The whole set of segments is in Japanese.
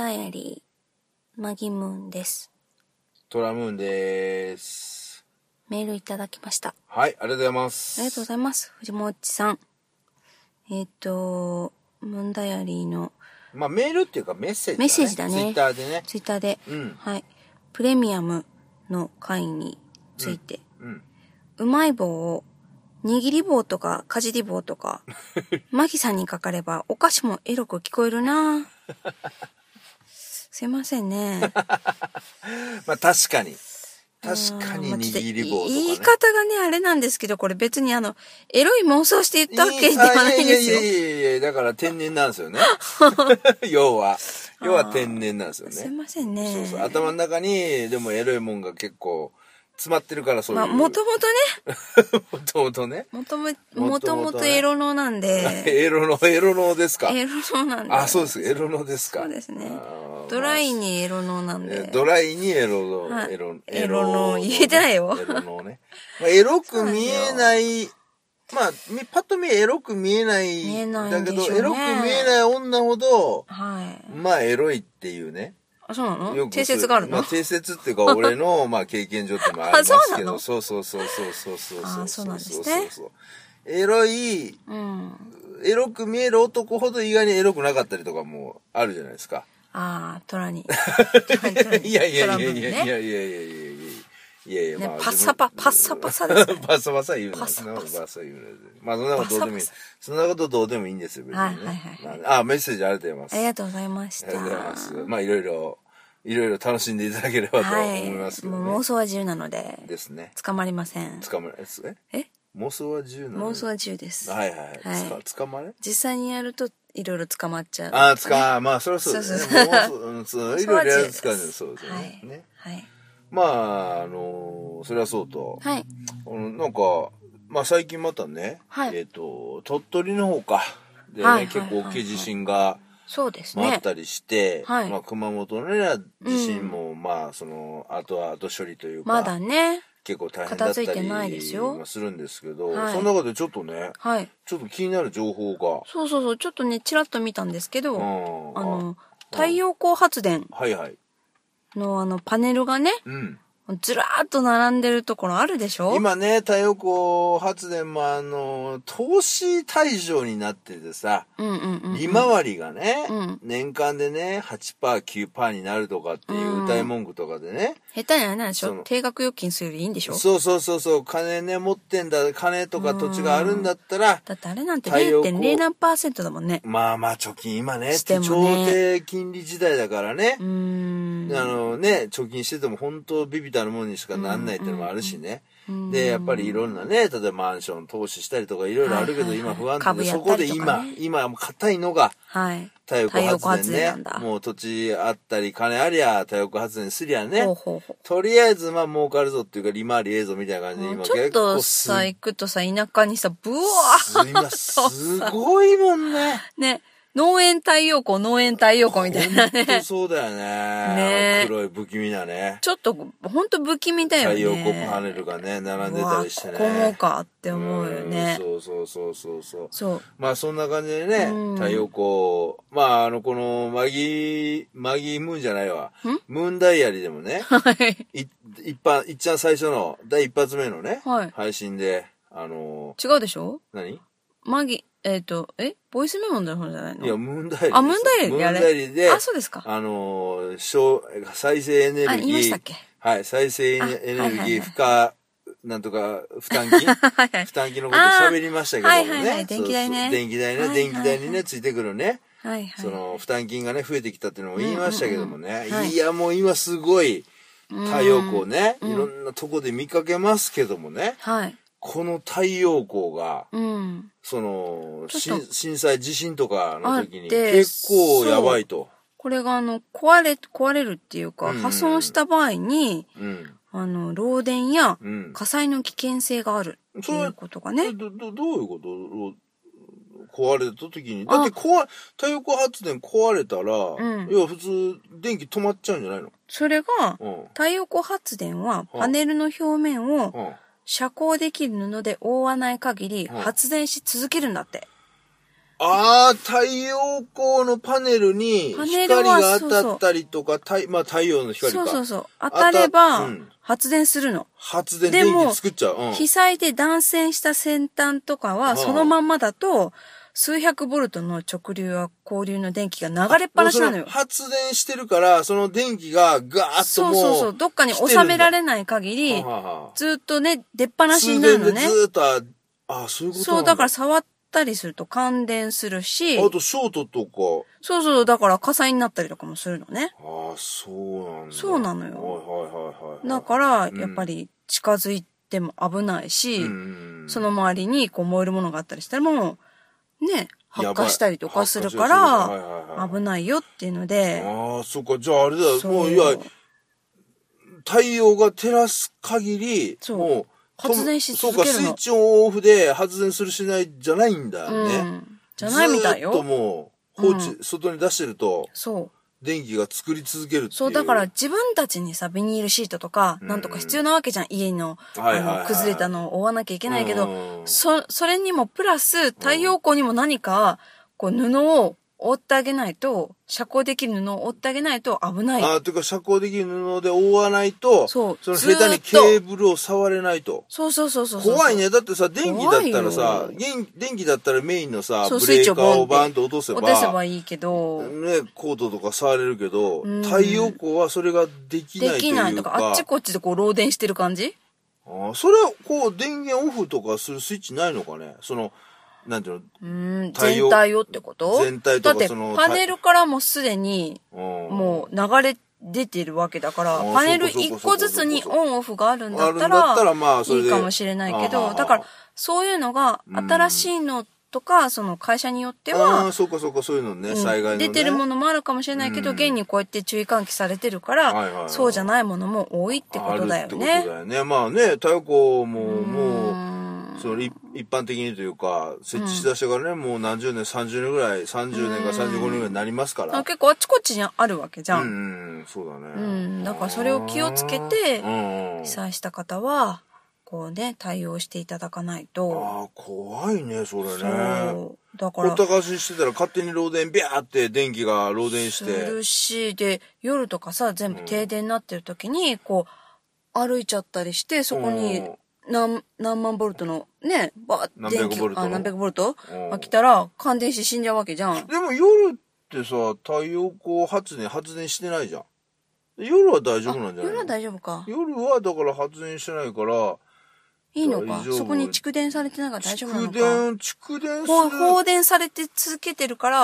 ダイアリーマギムーンです。 トラムーンです。 メールいただきました。 はい、ありがとうございます。 ありがとうございます。藤もっちさん。ムーンダイアリーのまあメールっていうかメッセージだね。 メッセージだね。 ツイッターでね。 ツイッターで、 うん、 はい。プレミアムの会について、 うんうまい棒を握り棒とかかじり棒とかマギさんにかかればお菓子もエロく聞こえるな。すいませんね。 まあ確かに握り棒とかね。 言い方がねあれなんですけど、これ別にエロい妄想して言ったわけではないんですよ。 いやだから天然なんですよね。要は天然なんですよね。 すいませんね。 そう頭の中にでもエロいもんが結構詰まってるからそういう。 まあもともとね。もともとエロ脳なんで。 エロ脳ですか。 エロ脳なんで。 あ、そうです。エロ脳ですか。 そうですね。ドライにエロ脳なんで。 ドライにエロ脳。 はい、エロ脳言えてないよ。 エロ脳ね。まあ、エロく見えない。まあ、パッと見エロく見えない。 見えないだけど、 んでしょうね。 エロく見えない女ほど、 はい。 まあ、エロいっていうね。 あ、そうなの？定説があるの？ まあ、定説っていうか、俺の、まあ、経験上ってもありますけど、そう。 あ、そうなんですね。 エロい、エロく見える男ほど意外にエロくなかったりとかもあるじゃないですか。 ああ、トラに。 いや、 ね、パッサパサですね。 パッサパサ言うな。まあ、そんなことどうでもいい。そんなことどうでもいいんですよ、別にね。あ、メッセージありがとうございます。 ありがとうございました。 ありがとうございます。まあ、いろいろ楽しんでいただければと思いますけどね。 もう妄想は自由なので。 ですね。 捕まりません。 え妄想は自由なの？ 妄想は自由です。 はい。捕まれ？ 実際にやると、いろいろ捕まっちゃう。 まあ、それはそうですね。いろいろやる使うのそうですよね。 はい。 まあ、それはそうと。 はい。 なんか、まあ最近またね、鳥取の方か。でね、結構大きい地震が、 そうですね。 あったりして、 まあ熊本のね、地震も、まあ後処理というか。 まだね。 結構大変だったりするんですけど、その中でちょっとね、ちょっと気になる情報が。 そう、ちょっとね、ちらっと見たんですけど、太陽光発電のパネルがね、ずらーっと並んでるところあるでしょ？ 今ね、太陽光発電も投資対象になっててさ、利回りがね、年間でね、8%、9% になるとかっていう歌い文句とかでね。 下手にはないでしょ？定額預金するよりいいんでしょ？ そう。金ね、持ってんだ、金とか土地があるんだったら。 だってあれなんて 0.0 何%だもんね。 まあ、貯金今ね、超低金利時代だからね。貯金してても本当ビビたるものにしかなんないっていうのもあるしね。で、やっぱりいろんなね、例えばマンション投資したりとかいろいろあるけど、今不安定で、そこで今硬いのが、太陽光発電ね。もう土地あったり、金ありゃ太陽光発電すりゃね。とりあえず儲かるぞっていうか、利回りええぞみたいな感じで今結構。 ちょっとさ、行くとさ、田舎にさ、ブワー今すごいもんね。 ね。農園太陽光みたいなね。 本当そうだよね。黒い不気味なね。 ちょっと、ほんと不気味だよね。 太陽光パネルがね、並んでたりしてね。 ここもかって思うよね。 そう。まあそんな感じでね、太陽光、まあこのマギームーンじゃないわ。ムーンダイアリーでもね、いっちゃん最初の、第一発目のね、配信で、 違うでしょ？ 何？ ボイスメモの方じゃないの？ いや、ムーンダイアリー。 あ、ムーンダイアリーであれ？ ムーンダイアリーで、 あ、そうですか。 再生エネルギー。 言いましたっけ？ はい、再生エネルギーなんとか、負担金負担金のこと喋りましたけどもね。 電気代ね。 電気代にね、ついてくるね。その、負担金がね、増えてきたっていうのも言いましたけどもね。いや、もう今すごい、太陽光ね、いろんなとこで見かけますけどもね。この太陽光が、その、震災、地震とかの時に結構やばいと。 これが壊れるっていうか、破損した場合に、漏電や火災の危険性があるっていうことがね。 どういうこと壊れた時に。だって太陽光発電壊れたら、いや、普通電気止まっちゃうんじゃないの？ それが、太陽光発電はパネルの表面を、遮光できる布で覆わない限り発電し続けるんだって。 太陽光のパネルに光が当たったりとか、まあ太陽の光か。 そう。当たれば、発電するの。 電気作っちゃう。 被災で断線した先端とかは、そのまんまだと、数百ボルトの直流や交流の電気が流れっぱなしなのよ。 発電してるから、その電気がガーッともう。 そう。どっかに収められない限り、ずっとね、出っ放しになるのね。 ずっと、そういうことなんだ。 そう、だから触ったりすると感電するし。 あと、ショートとか。 そう、だから火災になったりとかもするのね。 そうなんだ。 そうなのよ。だから、やっぱり近づいても危ないし、その周りにこう燃えるものがあったりしたらもう、ね、発火したりとかするから、危ないよっていうので。 そっか、じゃああれだよ。もう、いや、太陽が照らす限り、もう、 発電し続けるの。 そうか、スイッチオンオフで発電するしないじゃないんだよね。 じゃないみたいよ。 ずっともう、放置、外に出してると、電気が作り続けるっていう。 そう、だから自分たちにさ、ビニールシートとか、なんとか必要なわけじゃん。家の、崩れたのを覆わなきゃいけないけど、それにもプラス、太陽光にも何か、こう、布を覆ってあげないと、遮光できる布を覆ってあげないと危ない。 というか遮光できる布で覆わないと、その下手にケーブルを触れないと。 そう。 怖いね。だってさ、電気だったらさ、電気だったらメインのさ、ブレーカーをバーンと落とせばいいけど、 ね、コードとか触れるけど、太陽光はそれができないというか。できないとか、 あっちこっちでこう漏電してる感じ？ それはこう電源オフとかするスイッチないのかね？なんていうの？ 全体をってこと？ 全体とかだってパネルからもすでにもう流れ出てるわけだから、パネル1個ずつにオンオフがあるんだったらいいかもしれないけど、だからそういうのが新しいのとか、その会社によっては、 そうか、そういうのね、災害のね。 出てるものもあるかもしれないけど、現にこうやって注意喚起されてるから、そうじゃないものも多いってことだよね。 あるってことだよね。まあね、太陽光も一般的にというか、設置しだしてからね、もう何十年、30年ぐらい、30年か35年ぐらいになりますから。 結構あっちこっちにあるわけじゃん。そうだね。 だからそれを気をつけて、被災した方は、こうね、対応していただかないと。 怖いね、それね。 そう。だから。 ほったかししてたら勝手に漏電、ビャーって電気が漏電して。 するし、で、夜とかさ、全部停電になってる時に、こう、歩いちゃったりして、そこに、何万ボルトのね、 何百ボルトが来たら、感電して死んじゃうわけじゃん。 でも夜ってさ、太陽光発電してないじゃん。夜は大丈夫なんじゃないの？ 夜は大丈夫か。 夜はだから発電してないから、 いいのか。そこに蓄電されてないから大丈夫なのか。 蓄電する。 放電されて続けてるから、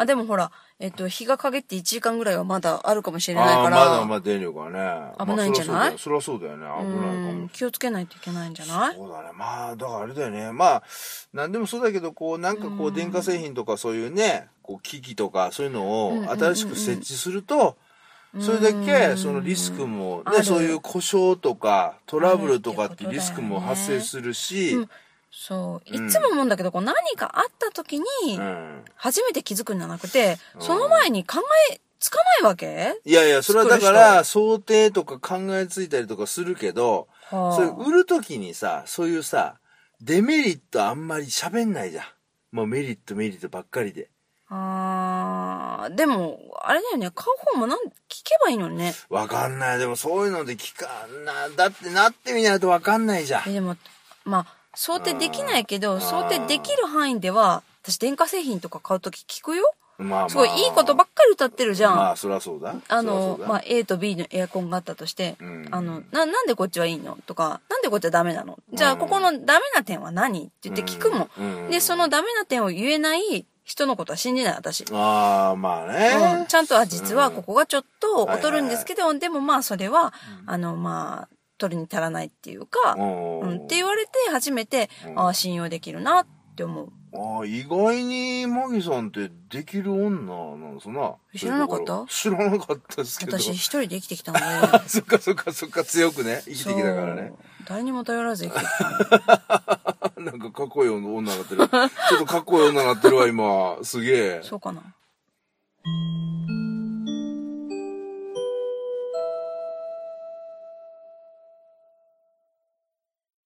でもほら、日が陰って1時間ぐらいはまだあるかもしれないから。 まだ電力がね。 危ないんじゃない？ そりゃそうだよね。危ないかも。 気をつけないといけないんじゃない？ そうだね。だからあれだよね。なんでもそうだけど、なんか電化製品とかそういうね、機器とかそういうのを新しく設置すると、それだけ、そのリスクも、ね、そういう故障とか、トラブルとかっていうリスクも発生するし、 そう。いつも思うんだけど、何かあった時に、初めて気づくんじゃなくて、その前に考えつかないわけ？ いや、それはだから、想定とか考えついたりとかするけど、それ売る時にさ、そういうさ、デメリットあんまり喋んないじゃん。もうメリットばっかりで。 でも、あれだよね、買う方も聞けばいいのにね。 わかんない。でもそういうので聞かんな。だってなってみないとわかんないじゃん。 でも、想定できないけど、想定できる範囲では、私電化製品とか買うとき聞くよ。すごいいいことばっかり歌ってるじゃん。 そりゃそうだ。 A と B のエアコンがあったとして、なんでこっちはいいのとか、なんでこっちはダメなの？じゃあ、ここのダメな点は何？って言って聞くもん。で、そのダメな点を言えない人のことは信じない、私。 ね。ちゃんと実はここがちょっと劣るんですけど、でもそれは、取るに足らないっていうか、って言われて初めて、信用できるなって思う。 意外にマギさんってできる女なんですな。 知らなかった？ 知らなかったですけど。 私一人で生きてきたんで。 そっか、強くね、生きてきたからね。 誰にも頼らず生きてきたなんかかっこいい女になってる。ちょっとかっこいい女になってるわ、今。すげえ。 そうかな。